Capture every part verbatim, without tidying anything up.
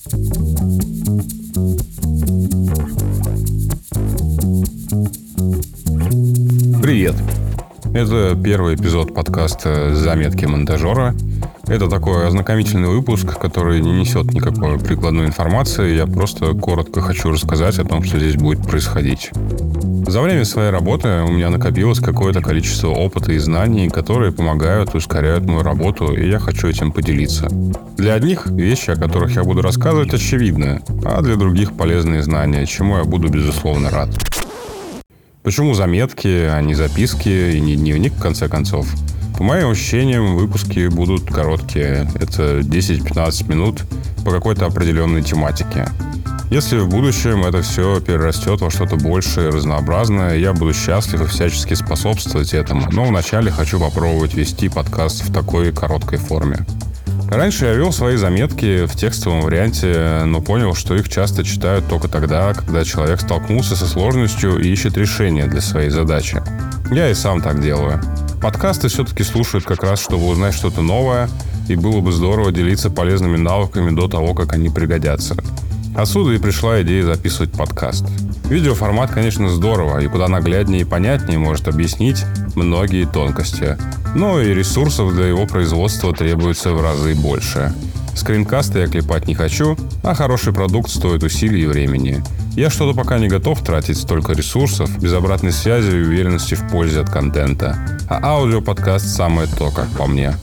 Привет! Это первый эпизод подкаста «Заметки монтажера». Это такой ознакомительный выпуск, который не несет никакой прикладной информации. Я просто коротко хочу рассказать о том, что здесь будет происходить. За время своей работы у меня накопилось какое-то количество опыта и знаний, которые помогают, ускоряют мою работу, и я хочу этим поделиться. Для одних вещи, о которых я буду рассказывать, очевидны, а для других полезные знания, чему я буду, безусловно, рад. Почему заметки, а не записки и не дневник, в конце концов? По моим ощущениям, выпуски будут короткие. Это десять-пятнадцать минут по какой-то определенной тематике. Если в будущем это все перерастет во что-то большее, разнообразное, я буду счастлив и всячески способствовать этому. Но вначале хочу попробовать вести подкаст в такой короткой форме. Раньше я вел свои заметки в текстовом варианте, но понял, что их часто читают только тогда, когда человек столкнулся со сложностью и ищет решение для своей задачи. Я и сам так делаю. Подкасты все-таки слушают как раз, чтобы узнать что-то новое, и было бы здорово делиться полезными навыками до того, как они пригодятся. Отсюда и пришла идея записывать подкаст. Видеоформат, конечно, здорово, и куда нагляднее и понятнее может объяснить многие тонкости. Но и ресурсов для его производства требуется в разы больше. Скринкасты я клепать не хочу, а хороший продукт стоит усилий и времени. Я что-то пока не готов тратить столько ресурсов, без обратной связи и уверенности в пользе от контента. А аудиоподкаст самое то, как по мне.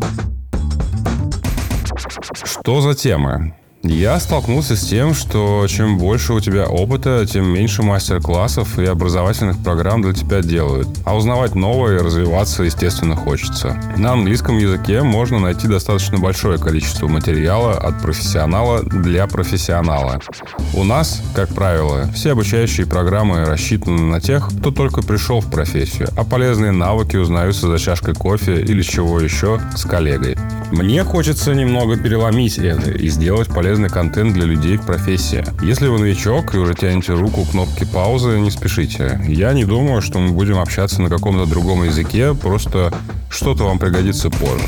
Что за темы? Я столкнулся с тем, что чем больше у тебя опыта, тем меньше мастер-классов и образовательных программ для тебя делают. А узнавать новое и развиваться, естественно, хочется. На английском языке можно найти достаточно большое количество материала от профессионала для профессионала. У нас, как правило, все обучающие программы рассчитаны на тех, кто только пришел в профессию, а полезные навыки узнаются за чашкой кофе или чего еще с коллегой. Мне хочется немного переломить это и сделать полезный контент для людей в профессии. Если вы новичок и уже тянете руку к кнопке паузы, не спешите. Я не думаю, что мы будем общаться на каком-то другом языке, просто что-то вам пригодится позже.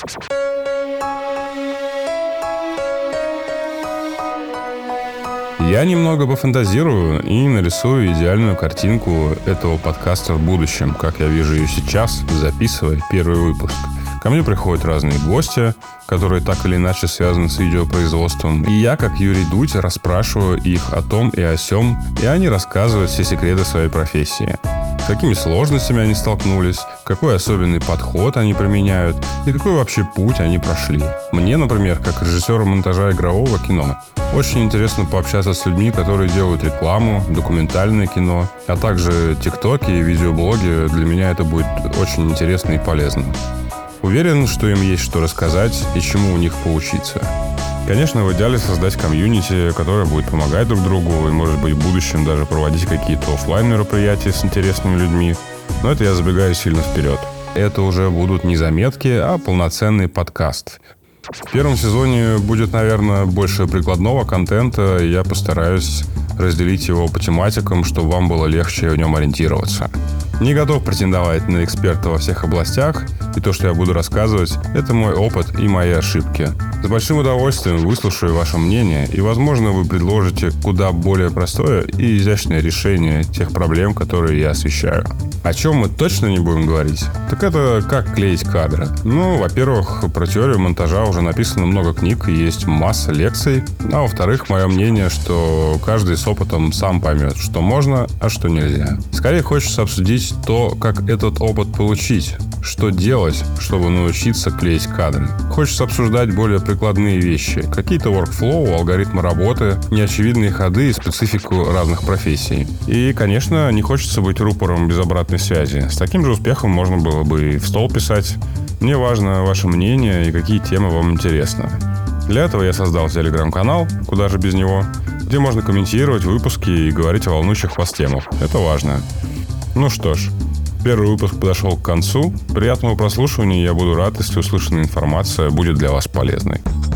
Я немного пофантазирую и нарисую идеальную картинку этого подкаста в будущем, как я вижу ее сейчас, записывая первый выпуск. Ко мне приходят разные гости, которые так или иначе связаны с видеопроизводством. И я, как Юрий Дудь, расспрашиваю их о том и о сём, и они рассказывают все секреты своей профессии. С какими сложностями они столкнулись, какой особенный подход они применяют и какой вообще путь они прошли. Мне, например, как режиссеру монтажа игрового кино, очень интересно пообщаться с людьми, которые делают рекламу, документальное кино, а также тиктоки и видеоблоги. Для меня это будет очень интересно и полезно. Уверен, что им есть что рассказать и чему у них поучиться. Конечно, в идеале создать комьюнити, которое будет помогать друг другу и, может быть, в будущем даже проводить какие-то офлайн мероприятия с интересными людьми. Но это я забегаю сильно вперед. Это уже будут не заметки, а полноценный подкаст. В первом сезоне будет, наверное, больше прикладного контента, и я постараюсь разделить его по тематикам, чтобы вам было легче в нем ориентироваться. Не готов претендовать на эксперта во всех областях, и то, что я буду рассказывать, это мой опыт и мои ошибки. С большим удовольствием выслушаю ваше мнение, и, возможно, вы предложите куда более простое и изящное решение тех проблем, которые я освещаю. О чем мы точно не будем говорить? Так это как клеить кадры. Ну, во-первых, про теорию монтажа уже написано много книг и есть масса лекций. А во-вторых, мое мнение, что каждый с опытом сам поймет, что можно, а что нельзя. Скорее хочется обсудить то, как этот опыт получить, что делать, чтобы научиться клеить кадры. Хочется обсуждать более прикладные вещи, какие-то workflow, алгоритмы работы, неочевидные ходы и специфику разных профессий. И, конечно, не хочется быть рупором без обратной связи. С таким же успехом можно было бы и в стол писать. Мне важно ваше мнение и какие темы вам интересны. Для этого я создал телеграм-канал, куда же без него, где можно комментировать выпуски и говорить о волнующих вас темах. Это важно. Ну что ж, первый выпуск подошел к концу. Приятного прослушивания, я буду рад, если услышанная информация будет для вас полезной.